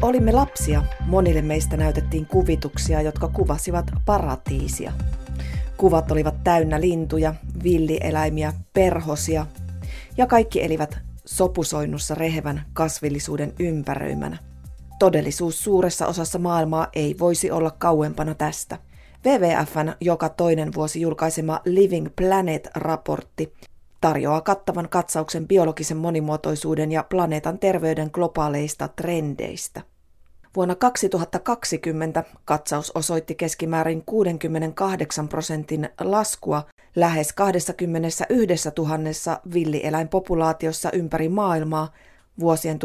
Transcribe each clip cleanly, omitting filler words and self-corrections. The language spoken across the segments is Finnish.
olimme lapsia, monille meistä näytettiin kuvituksia, jotka kuvasivat paratiisia. Kuvat olivat täynnä lintuja, villieläimiä, perhosia ja kaikki elivät sopusoinnussa rehevän kasvillisuuden ympäröimänä. Todellisuus suuressa osassa maailmaa ei voisi olla kauempana tästä. WWF:n joka toinen vuosi julkaisema Living Planet-raportti tarjoaa kattavan katsauksen biologisen monimuotoisuuden ja planeetan terveyden globaaleista trendeistä. Vuonna 2020 katsaus osoitti keskimäärin 68% laskua lähes 21 000 villieläinpopulaatiossa ympäri maailmaa vuosien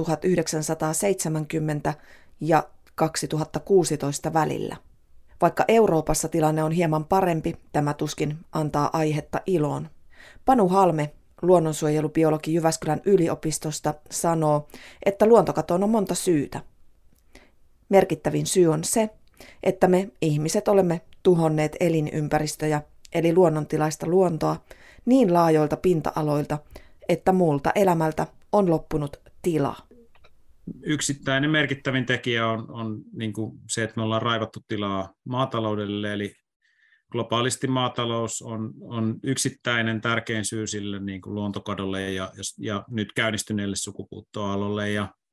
1970 ja 2016 välillä. Vaikka Euroopassa tilanne on hieman parempi, tämä tuskin antaa aihetta iloon. Panu Halme, luonnonsuojelubiologi Jyväskylän yliopistosta, sanoo, että luontokatoon on monta syytä. Merkittävin syy on se, että me ihmiset olemme tuhonneet elinympäristöjä, eli luonnontilaista luontoa, niin laajoilta pinta-aloilta, että muulta elämältä on loppunut tila. Yksittäinen merkittävin tekijä on niin kuin se, että me ollaan raivattu tilaa maataloudelle, eli globaalisti maatalous on yksittäinen tärkein syy sille niin kuin luontokadolle ja nyt käynnistyneelle sukupuuttoaallolle.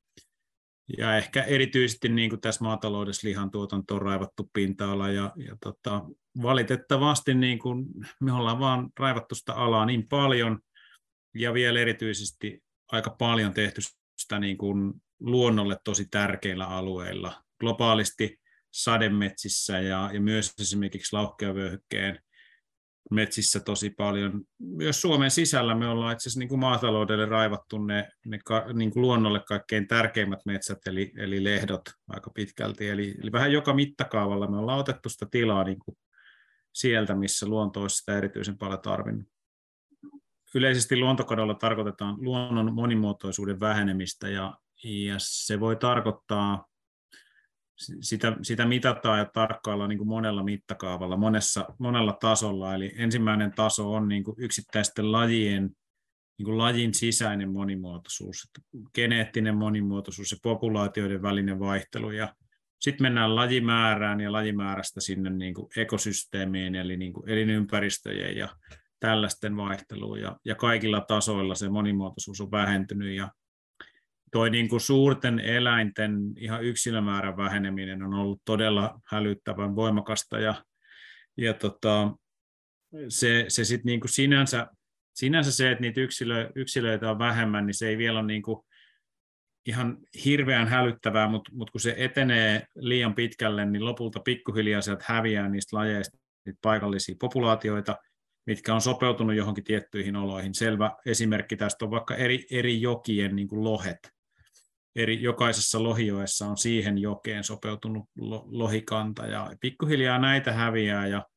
Ja ehkä erityisesti niin kuin tässä maataloudessa lihantuotanto on raivattu pinta-ala ja valitettavasti niin kuin me ollaan vaan raivattu sitä alaa niin paljon ja vielä erityisesti aika paljon tehty sitä niin kuin luonnolle tosi tärkeillä alueilla, globaalisti sademetsissä ja myös esimerkiksi lauhkeavyöhykkeen metsissä tosi paljon. Myös Suomen sisällä me ollaan itse asiassa niin kuin maataloudelle raivattu ne niin kuin luonnolle kaikkein tärkeimmät metsät, eli lehdot aika pitkälti. Eli vähän joka mittakaavalla me ollaan otettu sitä tilaa niin kuin sieltä, missä luonto olisi sitä erityisen paljon tarvinnut. Yleisesti luontokadolla tarkoitetaan luonnon monimuotoisuuden vähenemistä, ja se voi tarkoittaa, sitä mitataan ja tarkkaillaan niin kuin monella mittakaavalla, monella tasolla. Eli ensimmäinen taso on niin kuin yksittäisten lajien, niin kuin lajin sisäinen monimuotoisuus, geneettinen monimuotoisuus ja populaatioiden välinen vaihtelu. Ja sitten mennään lajimäärään ja lajimäärästä sinne niin kuin ekosysteemiin, eli niin kuin elinympäristöjen ja tällaisten vaihteluun. Ja kaikilla tasoilla se monimuotoisuus on vähentynyt. Ja toi niin kuin suurten eläinten ihan yksilömäärän väheneminen on ollut todella hälyttävän voimakasta ja se sit niin kuin sinänsä se, että niitä yksilöitä on vähemmän, niin se ei vielä ole niin kuin ihan hirveän hälyttävää, mutta kun se etenee liian pitkälle, niin lopulta pikkuhiljaa sieltä häviää niistä lajeista niitä paikallisia populaatioita, mitkä on sopeutunut johonkin tiettyihin oloihin. Selvä esimerkki tästä on vaikka eri jokien niin kuin lohet. Jokaisessa lohijoessa on siihen jokeen sopeutunut lohikanta ja pikkuhiljaa näitä häviää ja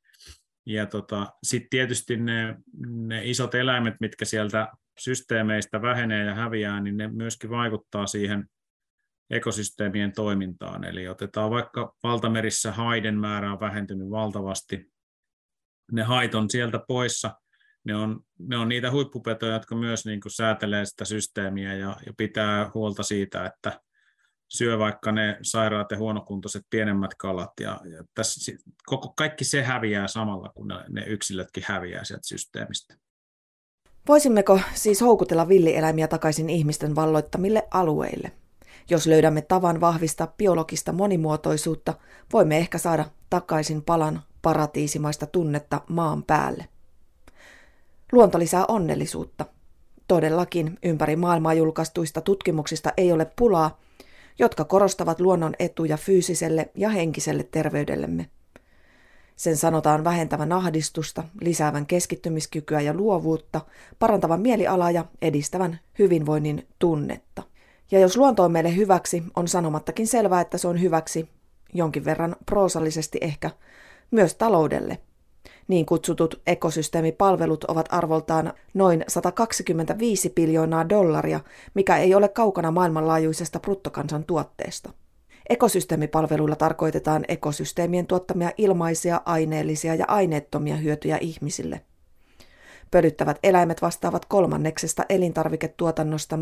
sitten tietysti ne isot eläimet, mitkä sieltä systeemeistä vähenee ja häviää, niin ne myöskin vaikuttaa siihen ekosysteemien toimintaan. Eli otetaan vaikka valtamerissä haiden määrä on vähentynyt valtavasti. Ne hait on sieltä poissa. Ne on niitä huippupetoja, jotka myös niin kuin säätelee sitä systeemiä ja pitää huolta siitä, että syö vaikka ne sairaat ja huonokuntoiset pienemmät kalat. Ja tässä kaikki se häviää samalla, kun ne yksilötkin häviää sieltä systeemistä. Voisimmeko siis houkutella villieläimiä takaisin ihmisten valloittamille alueille? Jos löydämme tavan vahvistaa biologista monimuotoisuutta, voimme ehkä saada takaisin palan paratiisimaista tunnetta maan päälle. Luonto lisää onnellisuutta. Todellakin ympäri maailmaa julkaistuista tutkimuksista ei ole pulaa, jotka korostavat luonnon etuja fyysiselle ja henkiselle terveydellemme. Sen sanotaan vähentävän ahdistusta, lisäävän keskittymiskykyä ja luovuutta, parantavan mielialaa ja edistävän hyvinvoinnin tunnetta. Ja jos luonto on meille hyväksi, on sanomattakin selvää, että se on hyväksi, jonkin verran proosallisesti ehkä, myös taloudelle. Niin kutsutut ekosysteemipalvelut ovat arvoltaan noin 125 biljoonaa dollaria, mikä ei ole kaukana maailmanlaajuisesta bruttokansantuotteesta. Ekosysteemipalveluilla tarkoitetaan ekosysteemien tuottamia ilmaisia, aineellisia ja aineettomia hyötyjä ihmisille. Pölyttävät eläimet vastaavat 1/3 elintarviketuotannostamme,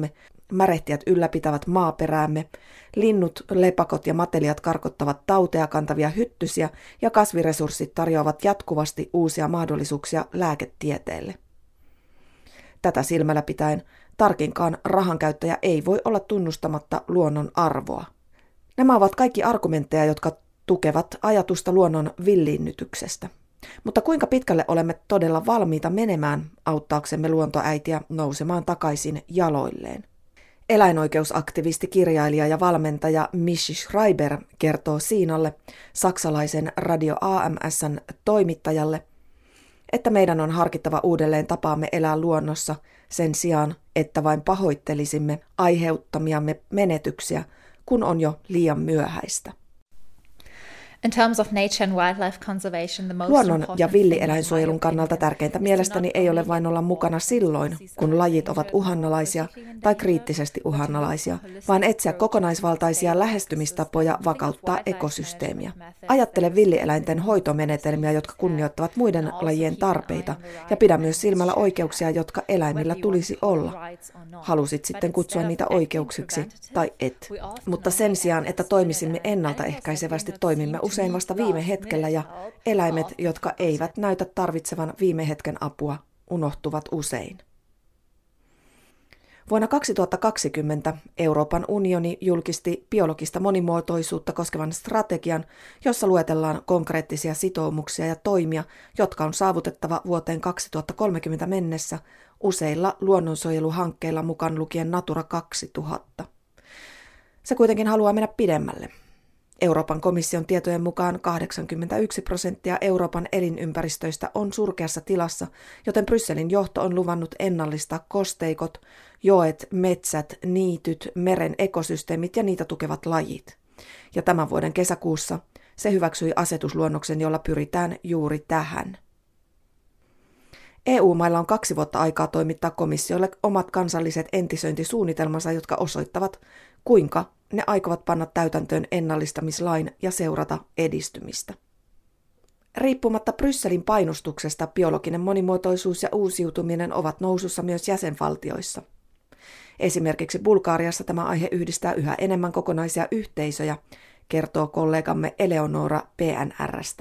märehtijät ylläpitävät maaperäämme, linnut, lepakot ja matelijat karkottavat tauteja kantavia hyttysiä ja kasviresurssit tarjoavat jatkuvasti uusia mahdollisuuksia lääketieteelle. Tätä silmällä pitäen tarkinkaan rahankäyttäjä ei voi olla tunnustamatta luonnon arvoa. Nämä ovat kaikki argumentteja, jotka tukevat ajatusta luonnon villiinnytyksestä. Mutta kuinka pitkälle olemme todella valmiita menemään auttaaksemme luontoäitiä nousemaan takaisin jaloilleen? Eläinoikeusaktivisti, kirjailija ja valmentaja Michi Schreiber kertoo Siinalle, saksalaisen Radio AMS:n toimittajalle, että meidän on harkittava uudelleen tapaamme elää luonnossa sen sijaan, että vain pahoittelisimme aiheuttamiamme menetyksiä, kun on jo liian myöhäistä. Luonnon ja villieläinsuojelun kannalta tärkeintä mielestäni ei ole vain olla mukana silloin, kun lajit ovat uhanalaisia tai kriittisesti uhanalaisia, vaan etsiä kokonaisvaltaisia lähestymistapoja vakauttaa ekosysteemiä. Ajattele villieläinten hoitomenetelmiä, jotka kunnioittavat muiden lajien tarpeita, ja pidä myös silmällä oikeuksia, jotka eläimillä tulisi olla. Halusit sitten kutsua niitä oikeuksiksi tai et. Mutta sen sijaan, että toimisimme ennaltaehkäisevästi, toimimme usein vasta viime hetkellä ja eläimet, jotka eivät näytä tarvitsevan viime hetken apua, unohtuvat usein. Vuonna 2020 Euroopan unioni julkisti biologista monimuotoisuutta koskevan strategian, jossa luetellaan konkreettisia sitoumuksia ja toimia, jotka on saavutettava vuoteen 2030 mennessä useilla luonnonsuojeluhankkeilla mukaan lukien Natura 2000. Se kuitenkin haluaa mennä pidemmälle. Euroopan komission tietojen mukaan 81% Euroopan elinympäristöistä on surkeassa tilassa, joten Brysselin johto on luvannut ennallistaa kosteikot, joet, metsät, niityt, meren ekosysteemit ja niitä tukevat lajit. Ja tämän vuoden kesäkuussa se hyväksyi asetusluonnoksen, jolla pyritään juuri tähän. EU-mailla on 2 vuotta aikaa toimittaa komissiolle omat kansalliset entisöintisuunnitelmansa, jotka osoittavat, kuinka ne aikovat panna täytäntöön ennallistamislain ja seurata edistymistä. Riippumatta Brysselin painostuksesta biologinen monimuotoisuus ja uusiutuminen ovat nousussa myös jäsenvaltioissa. Esimerkiksi Bulgariassa tämä aihe yhdistää yhä enemmän kokonaisia yhteisöjä, kertoo kollegamme Eleonora PNR:stä.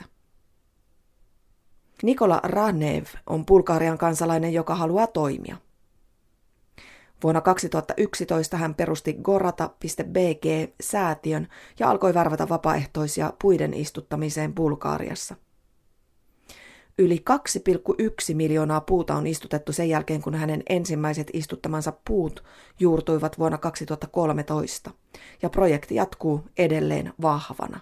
Nikola Ranev on Bulgarian kansalainen, joka haluaa toimia. Vuonna 2011 hän perusti Gorata.bg-säätiön ja alkoi värvätä vapaaehtoisia puiden istuttamiseen Bulgariassa. Yli 2,1 miljoonaa puuta on istutettu sen jälkeen, kun hänen ensimmäiset istuttamansa puut juurtuivat vuonna 2013, ja projekti jatkuu edelleen vahvana.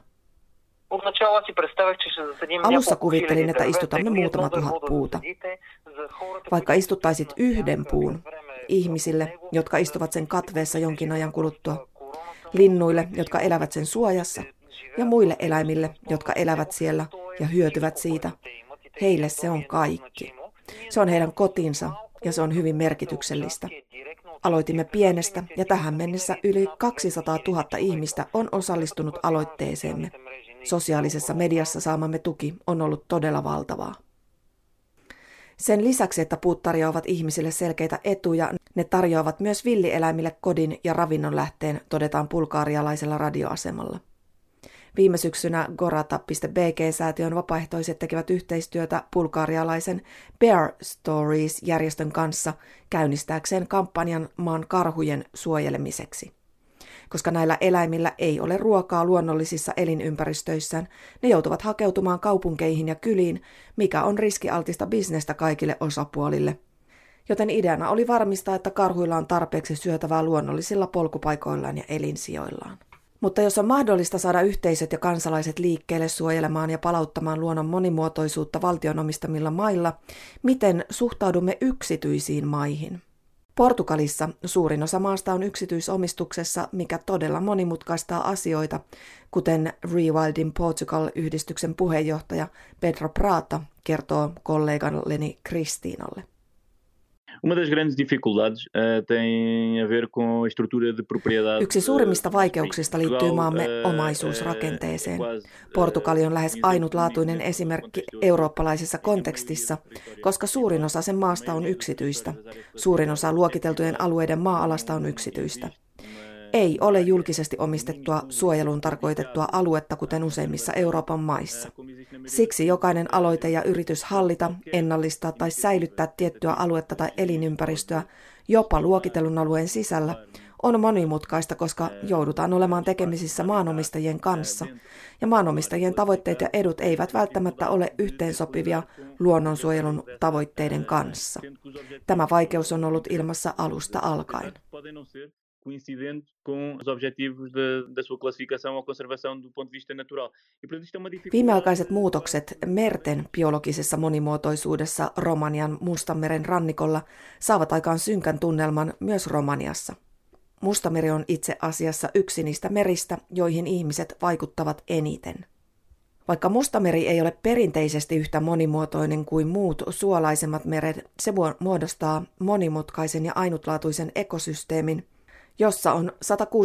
Alussa kuvittelin, että istutamme muutama tuhat puuta. Vaikka istuttaisit yhden puun ihmisille, jotka istuvat sen katveessa jonkin ajan kuluttua, linnuille, jotka elävät sen suojassa, ja muille eläimille, jotka elävät siellä ja hyötyvät siitä, heille se on kaikki. Se on heidän kotinsa ja se on hyvin merkityksellistä. Aloitimme pienestä ja tähän mennessä yli 200 000 ihmistä on osallistunut aloitteeseemme. Sosiaalisessa mediassa saamamme tuki on ollut todella valtavaa. Sen lisäksi, että puut tarjoavat ihmisille selkeitä etuja, ne tarjoavat myös villieläimille kodin ja ravinnon lähteen, todetaan bulgarialaisella radioasemalla. Viime syksynä Gorata.bg-säätiön vapaaehtoiset tekevät yhteistyötä bulgarialaisen Bear Stories-järjestön kanssa käynnistääkseen kampanjan maan karhujen suojelemiseksi. Koska näillä eläimillä ei ole ruokaa luonnollisissa elinympäristöissään, ne joutuvat hakeutumaan kaupunkeihin ja kyliin, mikä on riskialtista bisnestä kaikille osapuolille. Joten ideana oli varmistaa, että karhuilla on tarpeeksi syötävää luonnollisilla polkupaikoillaan ja elinsijoillaan. Mutta jos on mahdollista saada yhteisöt ja kansalaiset liikkeelle suojelemaan ja palauttamaan luonnon monimuotoisuutta valtion omistamilla mailla, miten suhtaudumme yksityisiin maihin? Portugalissa suurin osa maasta on yksityisomistuksessa, mikä todella monimutkaistaa asioita, kuten Rewild in Portugal-yhdistyksen puheenjohtaja Pedro Prata kertoo kollegalleni Kristiinalle. Uma das grandes dificuldades tem a ver com a estrutura de propriedade. Yksi suurimmista vaikeuksista liittyy maamme omaisuusrakenteeseen. Portugali on lähes ainutlaatuinen esimerkki eurooppalaisessa kontekstissa, koska suurin osa sen maasta on yksityistä. Suurin osa luokiteltujen alueiden maa-alasta on yksityistä. Ei ole julkisesti omistettua suojeluun tarkoitettua aluetta, kuten useimmissa Euroopan maissa. Siksi jokainen aloite ja yritys hallita, ennallistaa tai säilyttää tiettyä aluetta tai elinympäristöä, jopa luokitellun alueen sisällä, on monimutkaista, koska joudutaan olemaan tekemisissä maanomistajien kanssa, ja maanomistajien tavoitteet ja edut eivät välttämättä ole yhteensopivia luonnonsuojelun tavoitteiden kanssa. Tämä vaikeus on ollut ilmassa alusta alkaen. Coincidente com os objetivos da sua classificação ou conservação do ponto de vista natural. Viimeaikaiset muutokset merten biologisessa monimuotoisuudessa Romanian Mustanmeren rannikolla saavat aikaan synkän tunnelman myös Romaniassa. Mustameri on itse asiassa yksi niistä meristä, joihin ihmiset vaikuttavat eniten. Vaikka Mustameri ei ole perinteisesti yhtä monimuotoinen kuin muut suolaisemmat meret, se muodostaa monimutkaisen ja ainutlaatuisen ekosysteemin, jossa on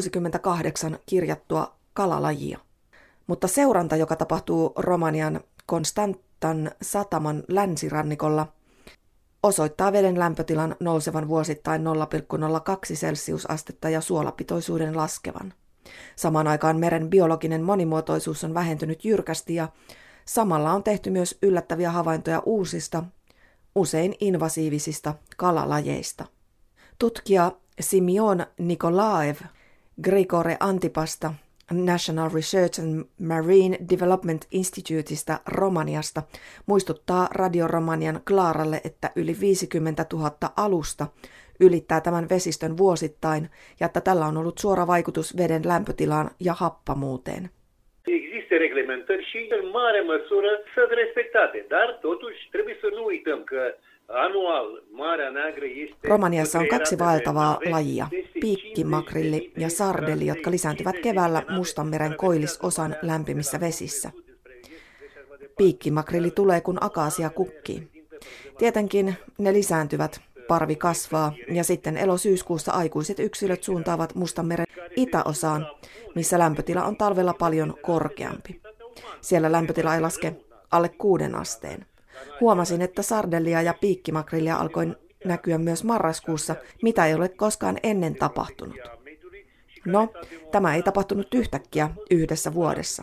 168 kirjattua kalalajia. Mutta seuranta, joka tapahtuu Romanian Constantan sataman länsirannikolla, osoittaa veden lämpötilan nousevan vuosittain 0,02 celsiusastetta ja suolapitoisuuden laskevan. Samaan aikaan meren biologinen monimuotoisuus on vähentynyt jyrkästi ja samalla on tehty myös yllättäviä havaintoja uusista, usein invasiivisista kalalajeista. Tutkija Simeon Nikolaev Grigore Antipasta National Research and Marine Development Instituteista Romaniasta muistuttaa Radio Romanian Klaaralle, että yli 50 000 alusta ylittää tämän vesistön vuosittain ja että tällä on ollut suora vaikutus veden lämpötilaan ja happamuuteen. Există reglementări și în mare măsură sunt respectate, dar totuși trebuie să nu uităm că Romaniassa on kaksi vaeltavaa lajia, piikkimakrilli ja sardelli, jotka lisääntyvät keväällä Mustanmeren koillisosan lämpimissä vesissä. Piikkimakrilli tulee, kun akaasia kukkii. Tietenkin ne lisääntyvät, parvi kasvaa ja sitten elosyyskuussa aikuiset yksilöt suuntaavat Mustanmeren itäosaan, missä lämpötila on talvella paljon korkeampi. Siellä lämpötila ei laske alle 6 asteen. Huomasin, että sardellia ja piikkimakrillia alkoi näkyä myös marraskuussa, mitä ei ole koskaan ennen tapahtunut. No, tämä ei tapahtunut yhtäkkiä yhdessä vuodessa.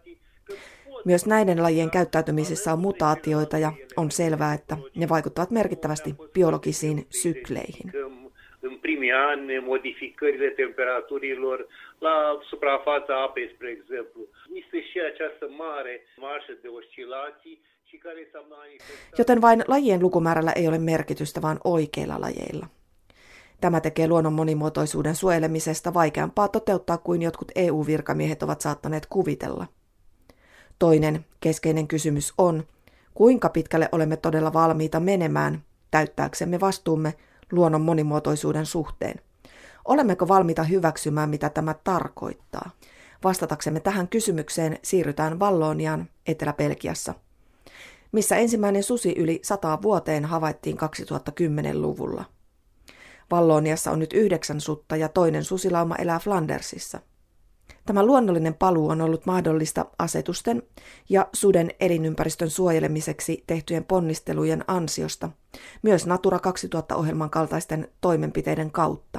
Myös näiden lajien käyttäytymisessä on mutaatioita ja on selvää, että ne vaikuttavat merkittävästi biologisiin sykleihin. În primii ani, modificările temperaturilor la suprafața apei, spre exemplu. Este și această mare marșă de oscilații și care s-a manifestat. Joten vain lajien lukumäärällä ei ole merkitystä, vaan oikeilla lajeilla. Tämä tekee luonnon monimuotoisuuden suojelemisesta vaikeampaa toteuttaa kuin jotkut EU-virkamiehet ovat saattaneet kuvitella. Toinen keskeinen kysymys on, kuinka pitkälle olemme todella valmiita menemään täyttääksemme vastuumme luonnon monimuotoisuuden suhteen. Olemmeko valmiita hyväksymään, mitä tämä tarkoittaa? Vastataksemme tähän kysymykseen siirrytään Valloniaan Etelä-Belgiassa, missä ensimmäinen susi yli 100 vuoteen havaittiin 2010-luvulla. Valloniassa on nyt 9 sutta ja toinen susilauma elää Flandersissa. Tämä luonnollinen paluu on ollut mahdollista asetusten ja suden elinympäristön suojelemiseksi tehtyjen ponnistelujen ansiosta, myös Natura 2000-ohjelman kaltaisten toimenpiteiden kautta.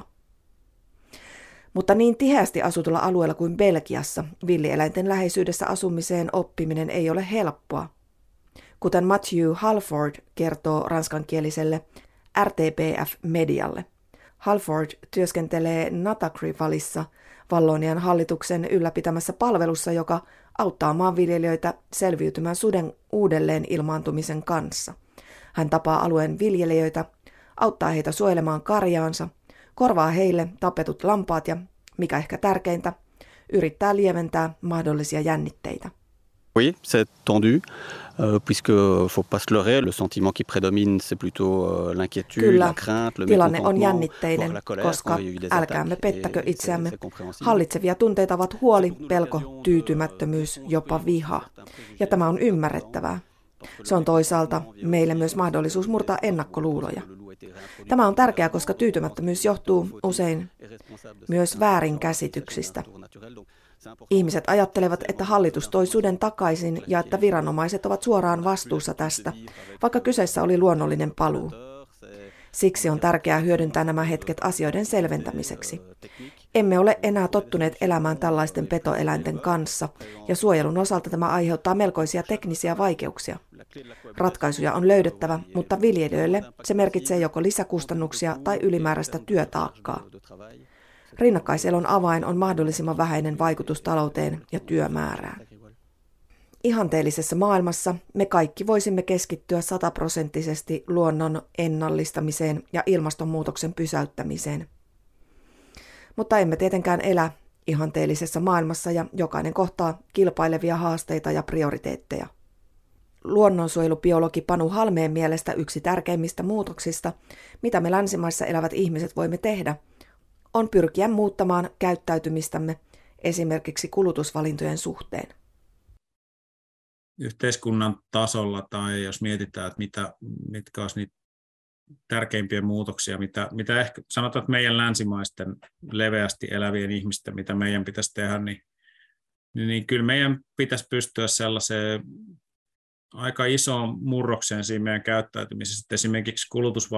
Mutta niin tiheästi asutulla alueella kuin Belgiassa villieläinten läheisyydessä asumiseen oppiminen ei ole helppoa. Kuten Matthew Halford kertoo ranskankieliselle RTBF-medialle. Halford työskentelee Natagrivalissa Vallonian hallituksen ylläpitämässä palvelussa, joka auttaa maanviljelijöitä selviytymään suden uudelleen ilmaantumisen kanssa. Hän tapaa alueen viljelijöitä, auttaa heitä suojelemaan karjaansa, korvaa heille tapetut lampaat ja, mikä ehkä tärkeintä, yrittää lieventää mahdollisia jännitteitä. Oui, c'est tendu, puisque faut pas se leurrer, le sentiment qui prédomine c'est plutôt l'inquiétude, la crainte, le tilanne on jännitteinen, koska älkäämme pettäkö itseämme. Hallitsevia tunteita ovat huoli, pelko, tyytymättömyys, jopa viha. Ja tämä on ymmärrettävää. Se on toisaalta meille myös mahdollisuus murtaa ennakkoluuloja. Tämä on tärkeää, koska tyytymättömyys johtuu usein myös väärinkäsityksistä. Ihmiset ajattelevat, että hallitus toi suden takaisin ja että viranomaiset ovat suoraan vastuussa tästä, vaikka kyseessä oli luonnollinen paluu. Siksi on tärkeää hyödyntää nämä hetket asioiden selventämiseksi. Emme ole enää tottuneet elämään tällaisten petoeläinten kanssa, ja suojelun osalta tämä aiheuttaa melkoisia teknisiä vaikeuksia. Ratkaisuja on löydettävä, mutta viljelijöille se merkitsee joko lisäkustannuksia tai ylimääräistä työtaakkaa. Rinnakkaiselon avain on mahdollisimman vähäinen vaikutus talouteen ja työmäärään. Ihanteellisessa maailmassa me kaikki voisimme keskittyä 100% luonnon ennallistamiseen ja ilmastonmuutoksen pysäyttämiseen. Mutta emme tietenkään elä ihanteellisessa maailmassa ja jokainen kohtaa kilpailevia haasteita ja prioriteetteja. Luonnonsuojelubiologi Panu Halmeen mielestä yksi tärkeimmistä muutoksista, mitä me länsimaissa elävät ihmiset voimme tehdä, on pyrkiä muuttamaan käyttäytymistämme esimerkiksi kulutusvalintojen suhteen. Yhteiskunnan tasolla tai jos mietitään, että mitkä olisi niitä tärkeimpiä muutoksia, mitä ehkä sanotaan, että meidän länsimaisten leveästi elävien ihmisten, mitä meidän pitäisi tehdä, niin kyllä meidän pitäisi pystyä sellaiseen aika isoon murrokseen siinä meidän käyttäytymisessä, että esimerkiksi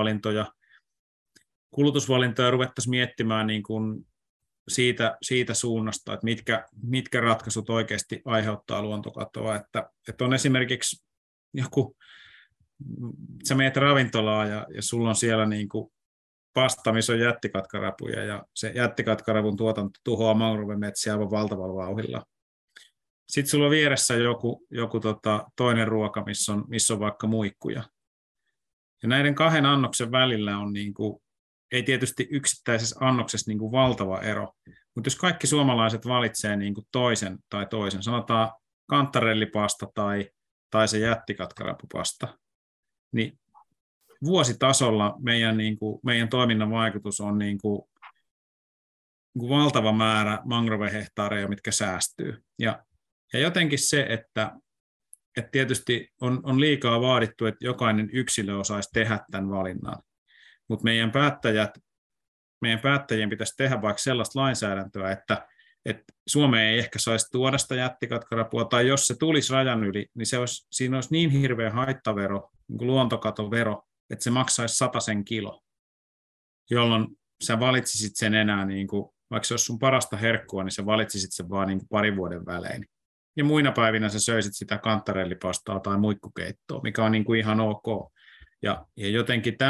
kulutusvalintoja ruvettaisiin miettimään niin kuin siitä suunnasta, että mitkä ratkaisut oikeasti aiheuttaa luontokatoa, että on esimerkiksi joku, sä menet ravintolaan ja sulla on siellä niin kuin pasta, missä on jättikatkarapuja ja se jättikatkaravun tuotanto tuhoaa mangrovemetsiä aivan valtavalla vauhdilla. Sitten sulla on vieressä joku toinen ruoka, missä on vaikka muikkuja. Ja näiden kahden annoksen välillä on niin kuin, ei tietysti yksittäisessä annoksessa niin kuin valtava ero, mutta jos kaikki suomalaiset valitsee niin kuin toisen, sanotaan kantarellipasta tai se jättikatkarapupasta, niin vuositasolla meidän toiminnan vaikutus on niin kuin valtava määrä mangrovehehtaareja, mitkä säästyy. Ja jotenkin se, että tietysti on liikaa vaadittu, että jokainen yksilö osaisi tehdä tämän valinnan. Mutta meidän päättäjien pitäisi tehdä vaikka sellaista lainsäädäntöä, että Suomeen ei ehkä saisi tuoda sitä jättikatkarapua, tai jos se tulisi rajan yli, niin siinä olisi niin hirveä haittavero, niin kuin luontokatovero, että se maksaisi 100 kilo, jolloin sä valitsisit sen enää, niin kuin, vaikka se olisi sun parasta herkkua, niin sä valitsisit sen vaan niin kuin parin vuoden välein. Ja muina päivinä sä söisit sitä kantarellipastaa tai muikkukeittoa, mikä on niin kuin ihan ok. Ja jotenkin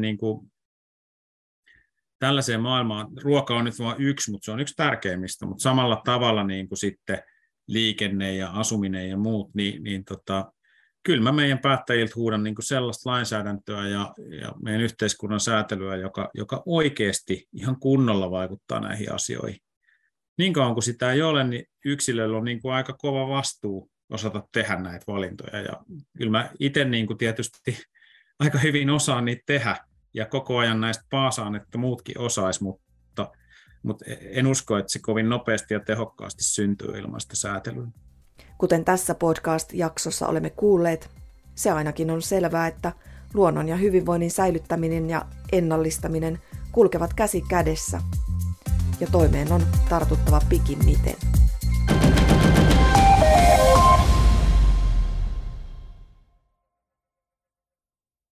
tällaiseen maailmaan, ruoka on nyt vain yksi, mutta se on yksi tärkeimmistä, mutta samalla tavalla niin kuin sitten liikenne ja asuminen ja muut, niin kyllä mä meidän päättäjiltä huudan niin kuin sellaista lainsäädäntöä ja meidän yhteiskunnan säätelyä, joka oikeasti ihan kunnolla vaikuttaa näihin asioihin. Niin kauan kuin sitä ei ole, niin yksilöllä on niin kuin aika kova vastuu osata tehdä näitä valintoja. Ja kyllä mä itse niin kuin tietysti aika hyvin osaan niitä tehdä ja koko ajan näistä paasaan, että muutkin osaisi, mutta en usko, että se kovin nopeasti ja tehokkaasti syntyy ilman sitä säätelyä. Kuten tässä podcast-jaksossa olemme kuulleet, se ainakin on selvää, että luonnon ja hyvinvoinnin säilyttäminen ja ennallistaminen kulkevat käsi kädessä. Ja toimeen on tartuttava pikimmiten.